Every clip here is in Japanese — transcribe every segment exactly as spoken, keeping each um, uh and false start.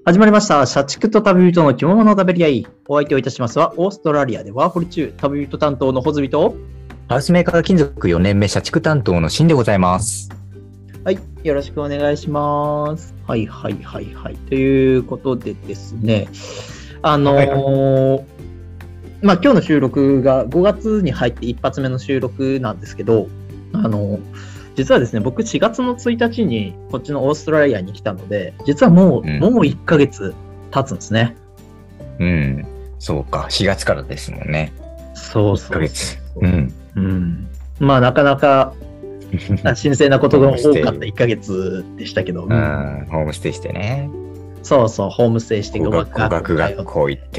始まりました。社畜と旅人の着物の食べり合い。お相手をいたしますは、オーストラリアでワーホリ中、旅人担当のホズビと、 ハウスメーカー金属よねんめ社畜担当のシンでございます。 はい、よろしくお願いします。はいはいはいはい。ということでですね、あのーはいはい、まあ今日の収録がごがつに入って一発目の収録なんですけど、あのー実はですね、僕しがつのついたちにこっちのオーストラリアに来たので、実はもう、うん、もういっかげつ経つんですね。 うん、そうか、しがつからですもんね。 そうそうそう。 いっかげつ。うん。 うん。まあなかなか新鮮なことが多かったいっかげつでしたけど。 うん、ホームステイしてね。 そうそう、ホームステイして語学学校行って。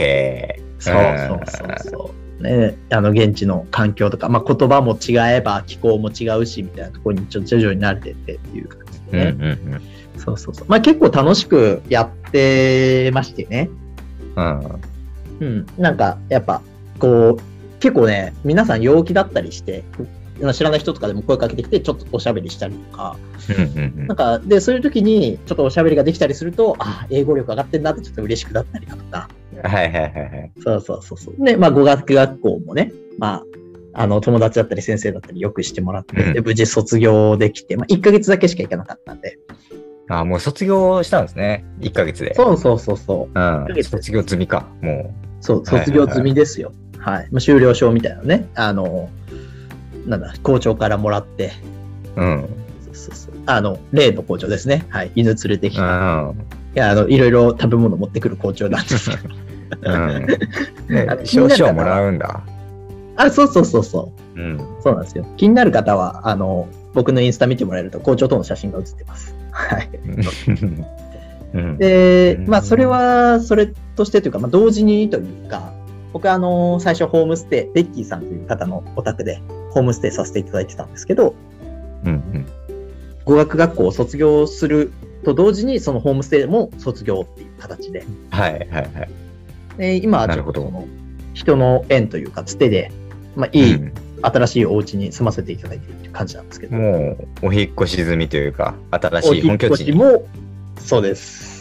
そうそうそうそう。ね、あの現地の環境とか、まあ、言葉も違えば気候も違うしみたいなところにちょっと徐々に慣れてってっていう感じでね、 うんうんうん、 そうそうそう、まあ、結構楽しくやってましてね、 うんうん、なんかやっぱこう結構ね皆さん陽気だったりして知らない人とかでも声かけてきてちょっとおしゃべりしたりとか、 うんうんうん、 なんかでそういう時にちょっとおしゃべりができたりすると、あ、英語力上がってんなってちょっと嬉しくなったりだとか、 はいはいはいはい。 そうそうそうそう。で、まあ語学学校もね、まああの友達だったり先生だったりよくしてもらって、うん、で無事卒業できて、まあいっかげつだけしか行かなかったんで。 あ、もう卒業したんですね。いっかげつで。 そうそうそうそう。 うん、卒業済みか、もう。そう、卒業済みですよ。はい、はいはい。まあ、修了証みたいなね。あの。なんだ校長からもらって、 うん、 そうそうそう、あの例の校長ですね、はい、犬連れてきて、うん、いやあのいろいろ食べ物持ってくる校長なんですけど、 うんね、証書をもらうんだ。 あ、そうそうそうそう、うん、そうなんですよ。気になる方はあの僕のインスタ見てもらえると校長との写真が写ってます。はい。うん、で、まあそれはそれとしてというか、まあ、同時にというか、僕はあの最初ホームステイ、ベッキーさんという方のお宅でホームステイさせていただいてたんですけど、 うんうん、 語学学校を卒業すると同時にそのホームステイも卒業っていう形で、 はいはいはい。 で今はちょっとその人の縁というかつてで、まあ、いい新しいお家に住ませていただいているっていう感じなんですけど、 もうお引っ越し済みというか新しい本拠地に。 お引っ越しもそうです。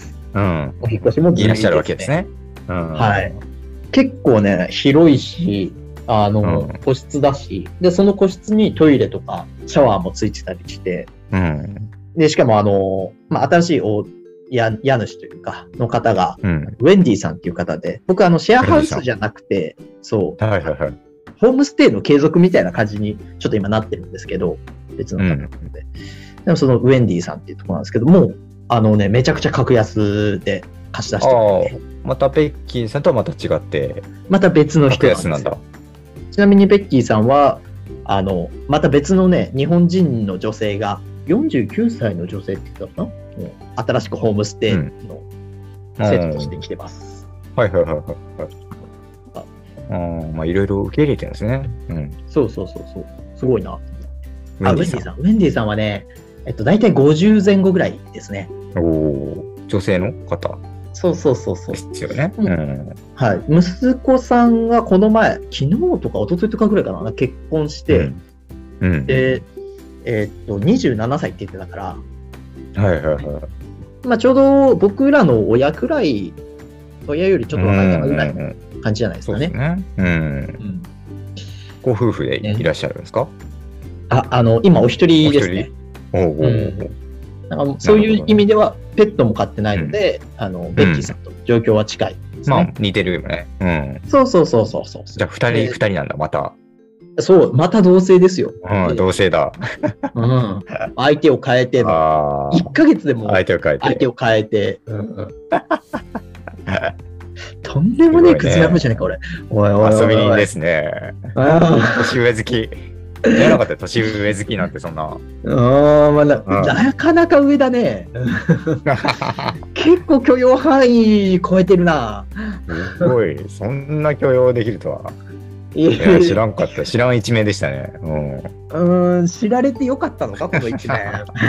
うん、 お引っ越しもいらっしゃるわけですね。 うん、はい。結構ね広いし、あの、うん、個室だし、でその個室にトイレとかシャワーもついてたりして、 うん、 でしかもあの、まあ、新しいお家家主というかの方が、 うん、 ウェンディさんっていう方で、僕あのシェアハウスじゃなくて、そう、 はいはいはい、 ホームステイの継続みたいな感じにちょっと今なってるんですけど、別の方なので、うん、でもそのウェンディさんっていうところなんですけども、あのねめちゃくちゃ格安で貸し出してくれて、 またベッキーさんとはまた違ってまた別の人なんですよ。 なんだ。 ちなみにベッキーさんはあのまた別のね日本人の女性がよんじゅうきゅうさいの女性って言ったかな、新しくホームステイの生徒として来てます、 うん、はいはいはいはいはい。あ、まあいろいろ受け入れてるんですね、うん、 そうそうそうそう、すごいな。ウェンディさん、ウェンディさんはね、えっと大体ごじゅうぜん後ぐらいですね。 おお、女性の方。 そうそうそうそう。 ですよね。うん。 はい。息子さんがこの前、昨日とか一昨日とかぐらいかな、結婚して、 うんうん、 で、えー、っと、にじゅうななさいって言ってたから、 はいはいはい。 まあちょうど僕らの親くらい、親よりちょっと若いかなぐらいの感じじゃないですかね。 そうですね。うん。うん、ご夫婦でいらっしゃるんですか？ね、 あ、あの、今お一人ですね。 おお、うん。 なんかそういう意味ではペットも飼ってないので、うん、あのベッキーさんと状況は近いですね。 まあ似てるよね。うん。 そうそうそうそうそう。 じゃあ二人二人なんだまた。 そう、また同性ですよ。 うん、同性だ。 うん。相手を変えてのいっかげつでも相手を変えて。 相手を変えて。うんうん、とんでもねえクズ野郎じゃねえか俺。 おいおいおいおい。遊び人ですね。年上好き。やらなかったよ、年上好きなんてそんな。 あ、まあ、な, なかなか上だね。結構許容範囲超えてるな。 すごい、そんな許容できるとは。いや、知らんかった。知らん一面でしたね。 うん、うん知られてよかったのか、この一面。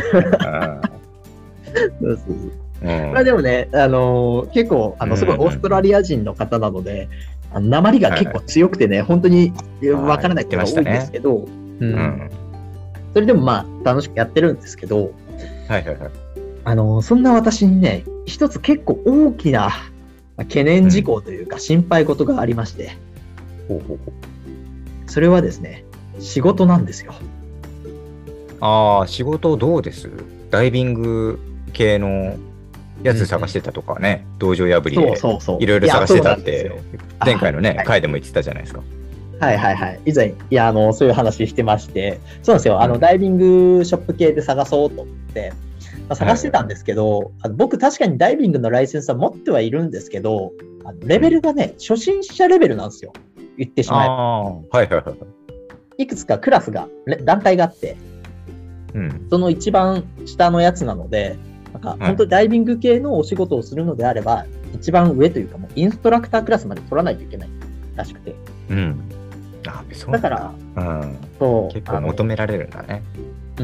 そうそうそう。うん、まあでもね、あのー、結構あのすごいオーストラリア人の方なので、あの訛りが結構強くてね、はい、本当にわからないことが多いんですけど、うんうん、それでもまあ楽しくやってるんですけど、 はいはいはい、 あの、そんな私にね、一つ結構大きな懸念事項というか心配事がありまして、 ほうほうほう。 それはですね、仕事なんですよ。 ああ、仕事どうです？ダイビング系のやつ探してたとかね、うん、道場破りでいろいろ探してたって、前回のね、はい、回でも言ってたじゃないですか。 はいはいはい。以前、いや、あの、そういう話してまして、そうなんですよ。あの、うん、ダイビングショップ系で探そうと思って、まあ、探してたんですけど、はい、あの僕確かにダイビングのライセンスは持ってはいるんですけど、あのレベルがね、初心者レベルなんですよ。言ってしまえば。あ、はいはいはい。 いくつかクラスが、団体があって、うん、その一番下のやつなので、なんか本当にダイビング系のお仕事をするのであれば、はい、一番上というかもうインストラクタークラスまで取らないといけないらしくて。うん。 あ、そうだから、 うん、そう結構求められるんだね。 うん。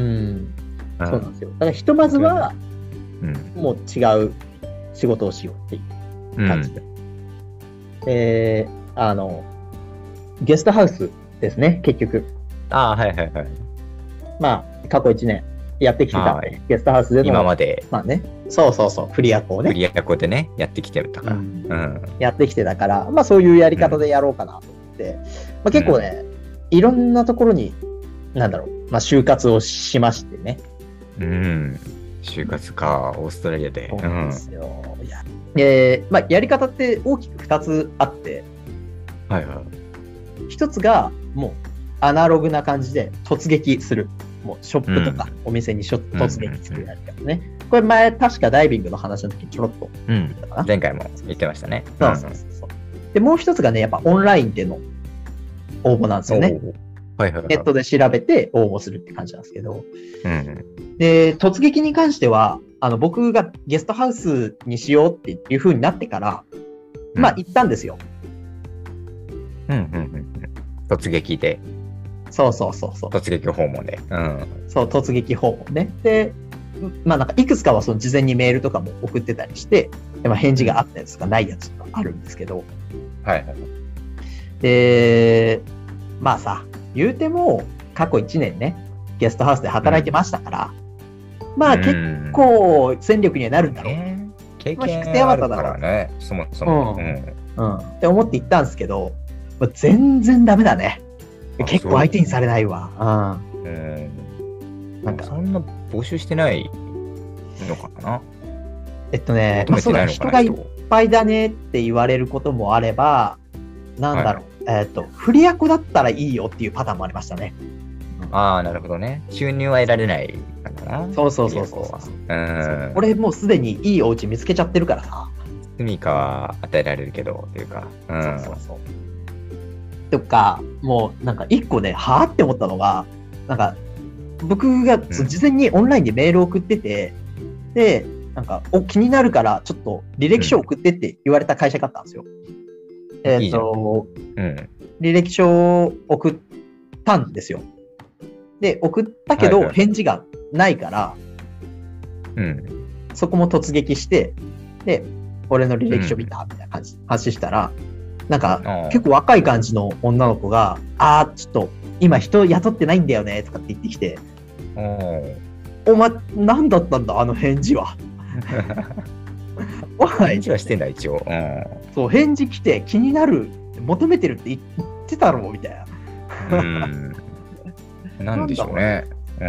そうなんですよ。だからひとまずは、うん、もう違う仕事をしようっていう感じで。うん、えー、あの、ゲストハウスですね、結局。 ああ、はいはいはい。 まあ、過去いちねんやってきてたんで、ゲストハウスでの。 今まで。 まあね。そうそうそう、フリアコをね。 フリアコでね、やってきてたから。うんうん、やってきてたから、まあそういうやり方でやろうかなと思って、うん、まあ、結構ね、うん、いろんなところに、なんだろう、まあ就活をしましてね。 うん。就活か、オーストラリアで。 そうなんですよ。うん、やえーまあ、やり方って大きくふたつあって、 はいはい。 ひとつが、もう、アナログな感じで突撃する。もうショップとかお店にしょ、うん、突撃するやり方ね、うん。これ前確かダイビングの話の時にちょろっと言ったかな、 うん、前回も言ってましたね。 そうそうそう。で、もう一つがね、やっぱオンラインでの応募なんですよね。 はいはいはい、 ネットで調べて応募するって感じなんですけど。 うん、 で、突撃に関しては、あの僕がゲストハウスにしようっていう風になってから、うん、まあ行ったんですよ。 うんうんうん。突撃で。 そうそうそうそう。 突撃訪問で。うん。 そう、突撃訪問ね。で、まあなんかいくつかはその事前にメールとかも送ってたりして、でまあ、返事があったやつとかないやつとかあるんですけど。 はいはい。 で、まあさ、言うても過去いちねんね、ゲストハウスで働いてましたから、うん、まあ結構戦力にはなるんだろう。 えー、経験あるからね、そもそも。 うん。うん。って思って行ったんですけど、全然ダメだね。結構相手にされないわ。 うん。うん、なんかそんな募集してないのかな。 えっとね、まあ、そうだ、人がいっぱいだねって言われることもあれば、なんだろう、はい、えっと、フリアコだったらいいよっていうパターンもありましたね。 ああ、なるほどね。収入は得られないかな。 そうそうそうそうそう。うん。俺もうすでにいいお家見つけちゃってるからさ。 住みかは与えられるけど、というか。うん。そうそうそう。 とか、もうなんか一個ね、はぁって思ったのが、なんか僕が事前にオンラインでメールを送ってて、うん、で、なんかお気になるからちょっと履歴書を送ってって言われた会社があったんですよ。うん、えっ、ー、と、うん、履歴書を送ったんですよ。で、送ったけど返事がないから、 うん、 そこも突撃して、で、俺の履歴書見たみたいな感じで話したら、なんか結構若い感じの女の子が、あーちょっと今人雇ってないんだよねとかって言ってきて、お前何だったんだあの返事は。 返事はしてんだ一応、うん、 そう返事来て気になる求めてるって言ってたろみたいな。 うんなんでしょうね、うん、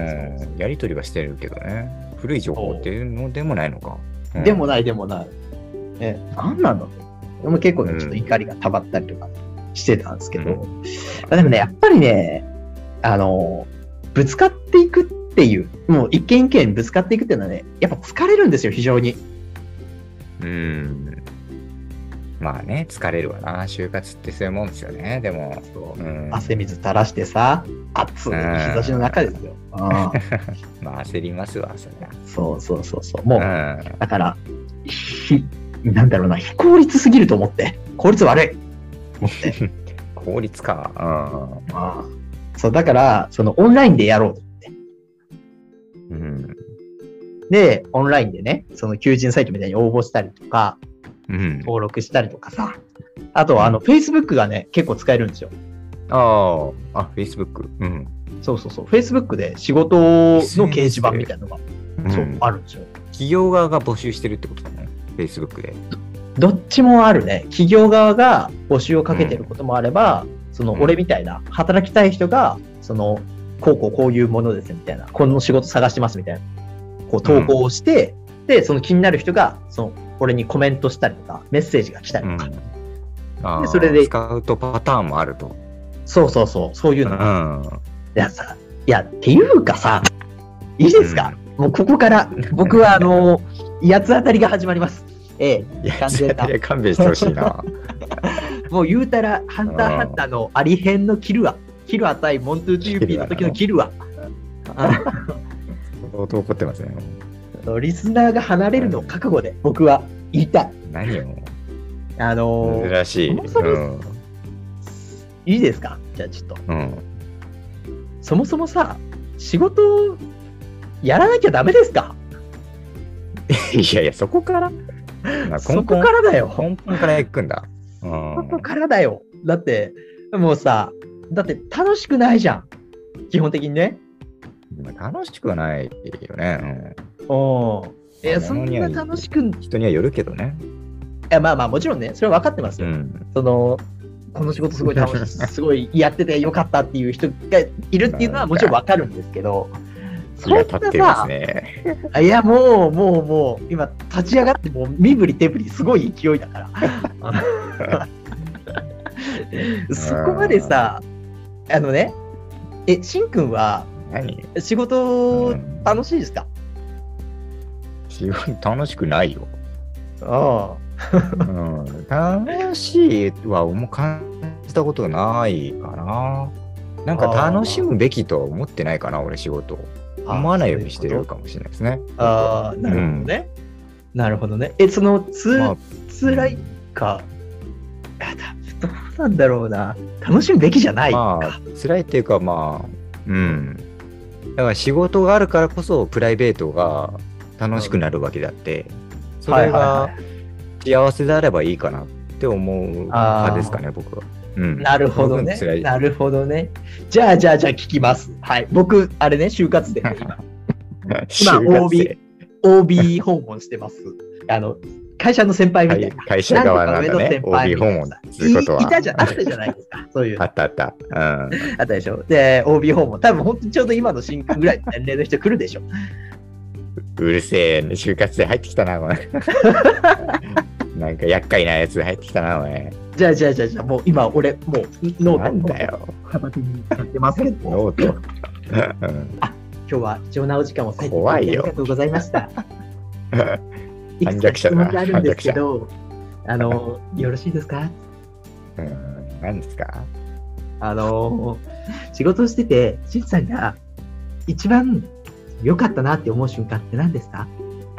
やり取りはしてるけどね、古い情報っていうのでもないのか、 うん、でもないでもないえ何なんだと。でも結構ね、ちょっと怒りがたまったりとかしてたんですけど、うん、でもね、やっぱりね、あの、ぶつかっていくっていう、もう一件一件ぶつかっていくっていうのはね、やっぱ疲れるんですよ、非常に。 うん。まあね、疲れるわな、就活ってそういうもんですよね、でも。 うん、汗水垂らしてさ、暑い日差しの中ですよ。うん、まあ焦りますわ、そりゃ。 そうそうそうそう。もう、うん、だから、ひなんだろうな、非効率すぎると思って。効率悪い。思って。 効率か。うん。 ああ。そう、だから、そのオンラインでやろうと思って。 うん。 で、オンラインでね、その求人サイトみたいに応募したりとか、 うん、 登録したりとかさ。あとは、あの、うん、Facebook がね、結構使えるんですよ。 ああ、あ、Facebook。うん。 そうそうそう。Facebook で仕事の掲示板みたいなのが、 うん、 そう、あるんですよ。 企業側が募集してるってことだね、Facebook で。 どっちもあるね。企業側が募集をかけてることもあれば、うん、その俺みたいな働きたい人がそのこうこうこういうものですみたいな、この仕事探してますみたいなこう投稿をして、うん、でその気になる人がその俺にコメントしたりとかメッセージが来たりとか、 うん、あでそれでスカウトパターンもあると。そうそうそうそういうの、うん、いやさいやっていうかさいいですか、うん、もうここから僕はあの八つ当たりが始まります。ええ、 完全な勘弁してほしいな。 もう言うたらハンターハンターのアリ編のキルアキルア対モントゥーテューピーの時のキルア。 相当怒ってますね。 リスナーが離れるのを覚悟で僕は言いたい。 何をあのー、珍しい。そもそも、うん、 いいですか、じゃあちょっと、 うん、 そもそもさ仕事やらなきゃダメですか？ いやいやそこからそこからだよ。 根本から行くんだ。 そこからだよ。だってもうさだって楽しくないじゃん基本的にね。 楽しくはないよね。 うん。おいやそんな楽しく人にはよるけどね。 いやまあまあもちろんねそれは分かってますよ。うん、そのこの仕事すごい楽しいすごいやっててよかったっていう人がいるっていうのはもちろん分かるんですけど。 そんなさ、ってますね、 いやもうもうもう今立ち上がってもう身振り手振りすごい勢いだからそこまでさあのねえしんくんは仕事楽しいですか？ 仕事楽しくないよ。 ああ、うん、楽しいは思う感じたことないかな。なんか楽しむべきとは思ってないかな俺仕事思わないようにしてるかもしれないですね。 ああ、なるほどね、うん。なるほどね。え、そのつ、まあ、辛いか、どうなんだろうな。楽しむべきじゃないか。 まあ、辛いっていうか、まあ、うん。だから仕事があるからこそプライベートが楽しくなるわけであって、うん、それが幸せであればいいかなって思う派ですかね、僕は。うん、 なるほどね。なるほどね。じゃあ、じゃあ、じゃあ聞きます。はい。僕、あれね、就活で、ね、今、今 オービー、オービー 訪問してます。あの、会社の先輩みたいな。 会社側なんだね。オービー 訪問っていうことは。 いたじゃん、あったじゃないですか。そういう。 あったあった。うん。あったでしょ。で、オービー 訪問。多分、本当にちょうど今の新君ぐらいの年齢の人来るでしょ。 うるせえ、就活で入ってきたな、これ。なんか厄介なやつ入ってきたな、お前。 じゃあじゃあじゃあじゃあもう今俺もうノートなんだよ形にやってますけどノートあ今日は貴重なお時間を割いていただきありがとうございましたいくつか質問があるんですけどあのよろしいですか？ うん何ですか？ あの仕事をしててしんさんが一番良かったなって思う瞬間って何ですか？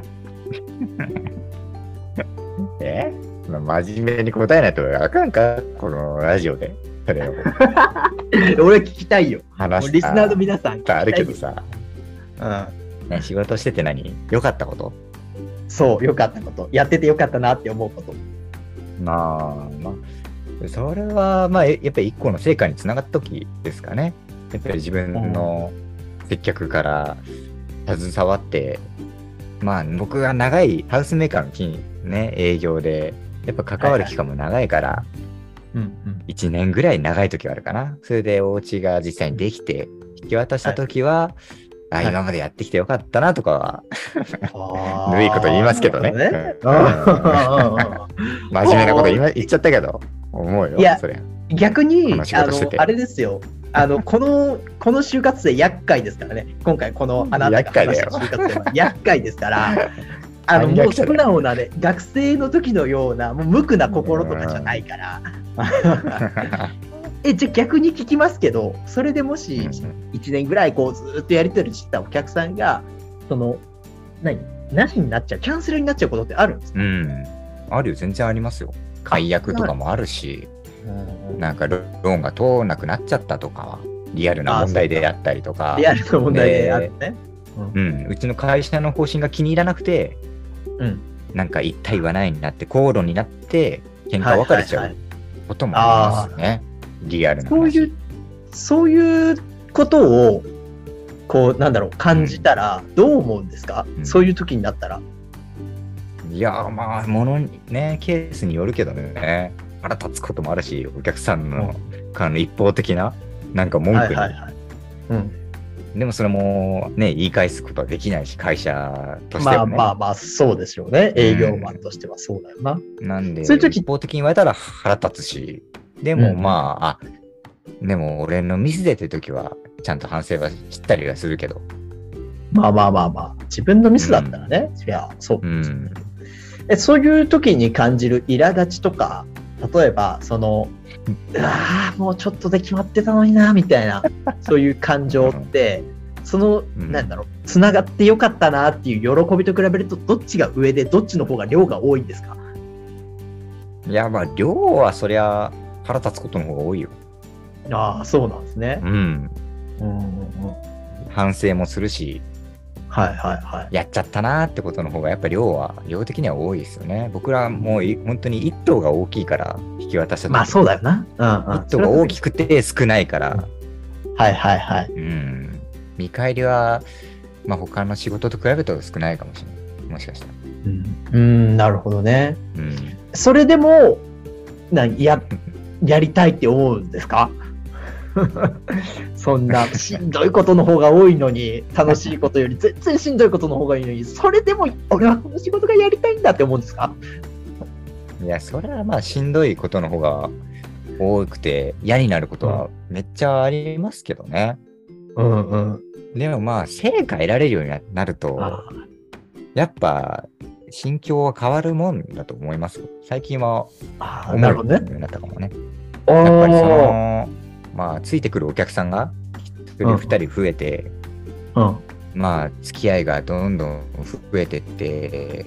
え真面目に答えないとあかんかこのラジオでそれを俺聞きたいよ。 話リスナーの皆さん聞きたいよ。 あるけどさ、うんね、仕事してて何良かったこと？ そう良かったことやってて良かったなって思うこと。 まあまあそれはまあやっぱり一個の成果につながった時ですかね。やっぱり自分の接客から携わって、うん、まあ僕が長いハウスメーカーの金ね営業でやっぱ関わる期間も長いから、はいはい、いちねんぐらい長い時はあるかな。それでお家が実際にできて引き渡した時は、はい、あ今までやってきてよかったなとかはぬいこと言いますけどね。ねうん、真面目なこと言い言っちゃったけど思うよ。 いやそれ逆にあのあれですよ。あのこのこの就活生厄介ですからね。今回このあなたが話した就活生は厄介ですから。あのもう素直なね学生の時のようなもう無垢な心とかじゃないからえじゃあ逆に聞きますけどそれでもしいちねんぐらいこうずっとやり取りしてたお客さんがその何なしになっちゃうキャンセルになっちゃうことってあるんですか？ うんあるよ全然ありますよ。解約とかもあるしなんかローンが通らなくなっちゃったとかリアルな問題であったりとかリアルな問題であるね、 うん、うちの会社の方針が気に入らなくてうん、なんか言った言わないになって口論になって喧嘩別れちゃうこともありますね、はいはいはい、リアルな話。 そういうそういうことをこうなんだろう感じたらどう思うんですか、うん、そういう時になったら。 いやまあものにねケースによるけどね、腹立つこともあるし、お客さんのからの一方的ななんか文句に、はいはいはい、うん、でもそれもね言い返すことはできないし、会社としてはね。 まあまあまあそうですよね、営業マンとしてはそうだよな、 うん、なんでそういう時一方的に言われたら腹立つし、でもまあ、うん、あでも俺のミスでっていう時はちゃんと反省はしたりはするけど、 まあまあまあまあ自分のミスだったらね、うん、いやそう、うん、えそういう時に感じる苛立ちとか、例えばそのうわーもうちょっとで決まってたのになみたいなそういう感情ってその、うん、なんだろうつながってよかったなっていう喜びと比べるとどっちが上でどっちの方が量が多いんですか？ いやまあ量はそりゃ腹立つことの方が多いよ。 ああそうなんですね。うん。うんうんうん、 反省もするし、 はいはいはい。 やっちゃったなーってことの方がやっぱり量は量的には多いですよね。僕らもう本当に一頭が大きいから引き渡した時。 まあそうだよな。 うんうん、一頭が大きくて少ないから。 うん、はいはいはい。 うん。見返りはまあ他の仕事と比べると少ないかもしれない。もしかしたら。 うん、うんなるほどね。 うん。 それでもなややりたいって思うんですか？そんなしんどいことの方が多いのに、楽しいことより全然しんどいことの方がいいのに、それでも俺はこの仕事がやりたいんだって思うんですか？ いやそれはまあしんどいことの方が多くて嫌になることはめっちゃありますけどね。 うんうん。 でもまあ成果得られるようになるとやっぱ心境は変わるもんだと思います。最近は思うようになったかもね。やっぱりそのまあついてくるお客さんがひとりふたり増えて、うん、まあ付き合いがどんどん増えてって、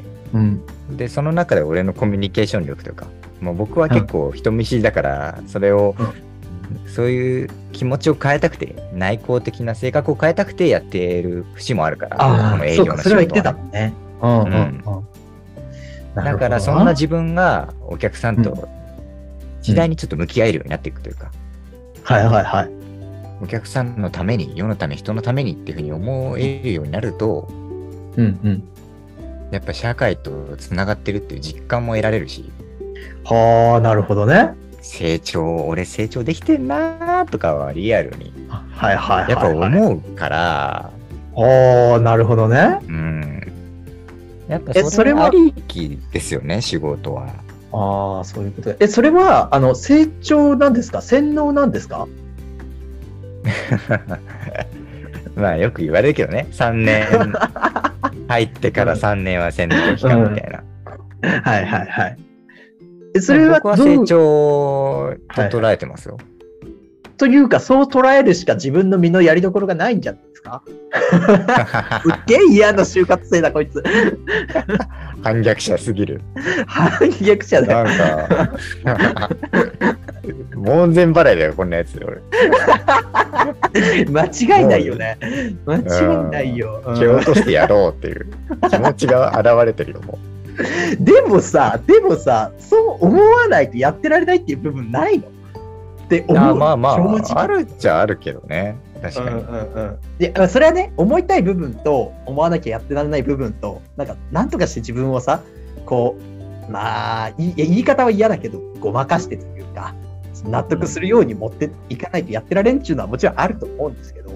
うん、でその中で俺のコミュニケーション力というか、もう僕は結構人見知りだから、うん、それを、うん、そういう気持ちを変えたくて、内向的な性格を変えたくてやっている節もあるから、 この営業の仕事は、ね、それは言ってたもんね。うんうんうん、 だからそんな自分がお客さんと時代にちょっと向き合えるようになっていくというか、 うん、はいはいはい。 お客さんのために、世のため、人のためにっていうふうに思えるようになると、 うんうん、 やっぱ社会とつながってるっていう実感も得られるし、 はあ、なるほどね。 成長、俺成長できてんなとかはリアルに、 はいはいはい、はい、 やっぱ思うから、 はあ、なるほどね。 うん。やっぱそれはありきですよね、仕事は。 ああ、そういうことで。え、それは、あの、成長なんですか？洗脳なんですか？ まあ、よく言われるけどね。さんねん入ってからさんねんは洗脳期間みたいな。 うん、はいはいはい。え、それは僕は成長と捉えてますよ。はいはい、 というか、そう捉えるしか自分の身のやりどころがないんじゃないですか？すっげえ嫌な就活生だ、こいつ。 反逆者すぎる。 反逆者だよ。 なんか、門前払いだよ、こんなやつ。俺。 間違いないよね。間違いないよ。 蹴落としてやろうっていう気持ちが現れてるよ、もう。でもさ、でもさ、そう思わないとやってられないっていう部分ないのって思う。 あまあまあ、あるっちゃあるけどね。確かに。うんうんうん。いや、それはね、思いたい部分と、思わなきゃやってられない部分と、なんか、なんとかして自分をさ、こう、まあ、い言い方は嫌だけど、ごまかしてというか、納得するように持っていかないとやってられんっていうのはもちろんあると思うんですけど。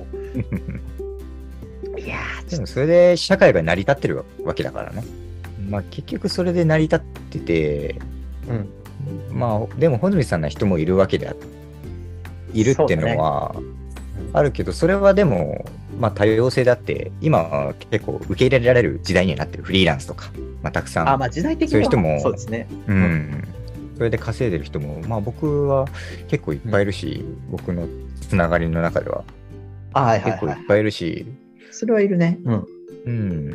いやー、でもそれで社会が成り立ってるわけだからね。まあ結局それで成り立ってて、うん、まあでも穂積さんな人もいるわけであって、いるっていうのはあるけど、それはでも、まあ多様性だって、今は結構受け入れられる時代にはなってる。フリーランスとか、まあたくさん。 あ、まあ時代的にはそういう人も、 そうですね。 うん。うんそれで稼いでる人も、まあ僕は結構いっぱいいるし、うん、僕のつながりの中では。 はいはいはい、 結構いっぱいいるし。 それはいるね。うん。 うん。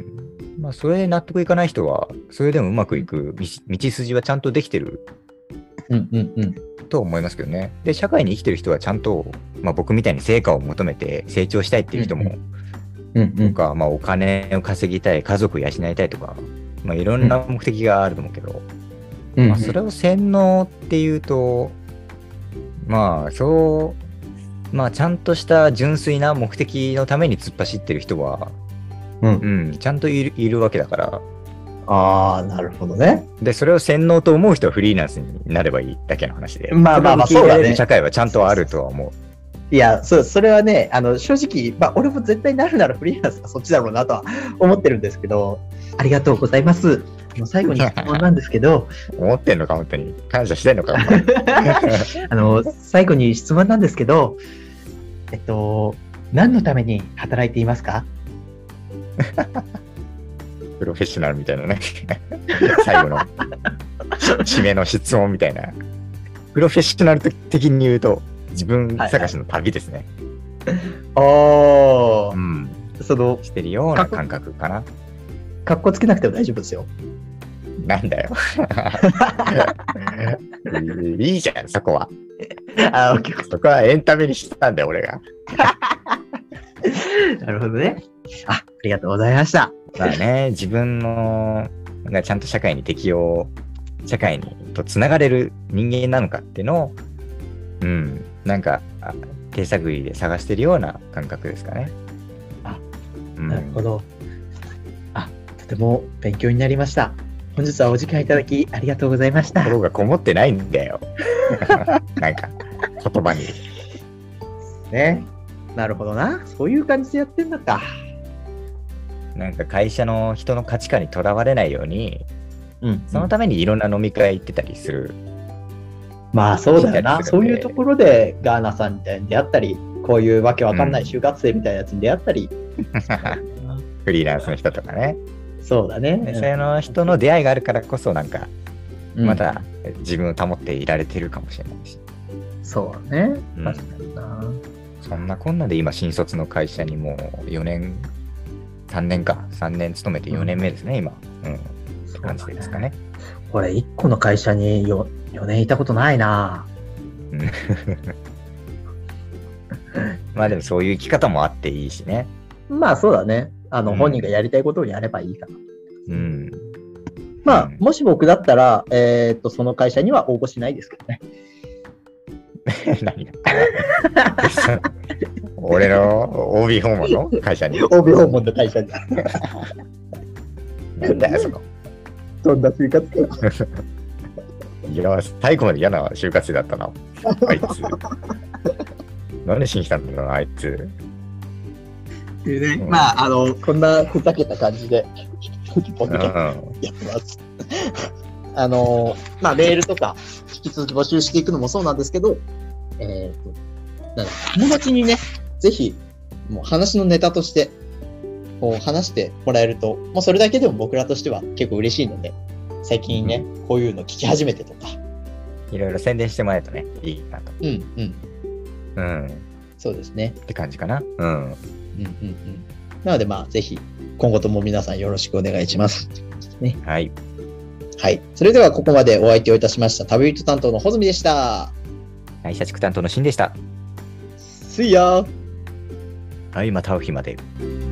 まあそれで納得いかない人は、それでもうまくいく道、道筋はちゃんとできてる。 うんうんうん。 と思いますけどね。で、社会に生きてる人はちゃんと、まあ僕みたいに成果を求めて成長したいっていう人も、うんうん、とか、まあお金を稼ぎたい、家族を養いたいとか、まあいろんな目的があると思うけど、うんまあ、それを洗脳っていうと、まあ、そう、 まあちゃんとした純粋な目的のために突っ走ってる人は、うん、うん、ちゃんといる、いるわけだから。 ああ、なるほどね。 で、それを洗脳と思う人はフリーランスになればいいだけの話で。 まあまあまあ、そうだね。 社会はちゃんとあるとは思う。 いや、そ, それはね、あの正直、まあ、俺も絶対なるならフリーランスがそっちだろうなとは思ってるんですけど、ありがとうございます。もう最後に質問なんですけど、 思ってんのか、本当に。感謝してんのか。 あの最後に質問なんですけど、えっと、何のために働いていますか？ プロフェッショナルみたいなね。最後の締めの質問みたいな。プロフェッショナル的に言うと、自分探しの旅ですね。 はいはい、ああ、 うん。 その、 してるような感覚かな。 かっこつけなくても大丈夫ですよ。 なんだよ。いいじゃん、そこは。 あ、オッケー。 そこはエンタメにしたんだよ、俺が。 なるほどね。あ、ありがとうございました。 まあね、自分のがちゃんと社会に適応、社会にとつながれる人間なのかっていうのを、うん、なんか手探りで探してるような感覚ですかね。 あ、うん、なるほど。あ、とても勉強になりました。本日はお時間いただきありがとうございました。 心がこもってないんだよ。なんか言葉に。 ね。なるほどな。そういう感じでやってんだか。 なんか会社の人の価値観にとらわれないように、うん、そのためにいろんな飲み会行ってたりする。 まあそうだよな。そういうところでガーナさんみたいに出会ったり、こういうわけわかんない就活生みたいなやつに出会ったり。 うん、フリーランスの人とかね。 そうだね。 その人の出会いがあるからこそ、なんか、まだ自分を保っていられてるかもしれないし。 うん、そうだね。確かにな、うん。 そんなこんなで今、新卒の会社にもうよねん、さんねんか、さんねん勤めてよねんめですね、今。うん。って感じですかね。 これ、いっこの会社に 4, 4年いたことないな。 まあでもそういう生き方もあっていいしね。 まあそうだね。あの、うん、本人がやりたいことをやればいいかな。 うん。 まあ、うん、もし僕だったら、えー、っと、その会社には応募しないですけどね。 何が俺の オービー 訪問の会社にオービー 訪問の会社になんだよそこ。 そんな就活か。 いや、最後まで嫌な就活生だったな、あいつ。何しに来たんだろうな、あいつ。 でね、うん、まあ、あの、こんなふざけた感じで、ポッドキャストやってます。あの、まあ、メールとか、引き続き募集していくのもそうなんですけど、えっと、なんか友達にね、ぜひ、もう話のネタとして、こう話してもらえると、もうそれだけでも僕らとしては結構嬉しいので、最近ね、うん、こういうの聞き始めてとか。 いろいろ宣伝してもらえるとね、いいなと。 うん、うん。 うん。 そうですね。 って感じかな。うん。うん、うん、うん。 なので、まあ、ぜひ、今後とも皆さんよろしくお願いします。ね、 はい。 はい。それでは、ここまでお相手をいたしました、旅人担当の穂積でした。 はい、社畜担当のしんでした。 See ya! はい、また会う日まで。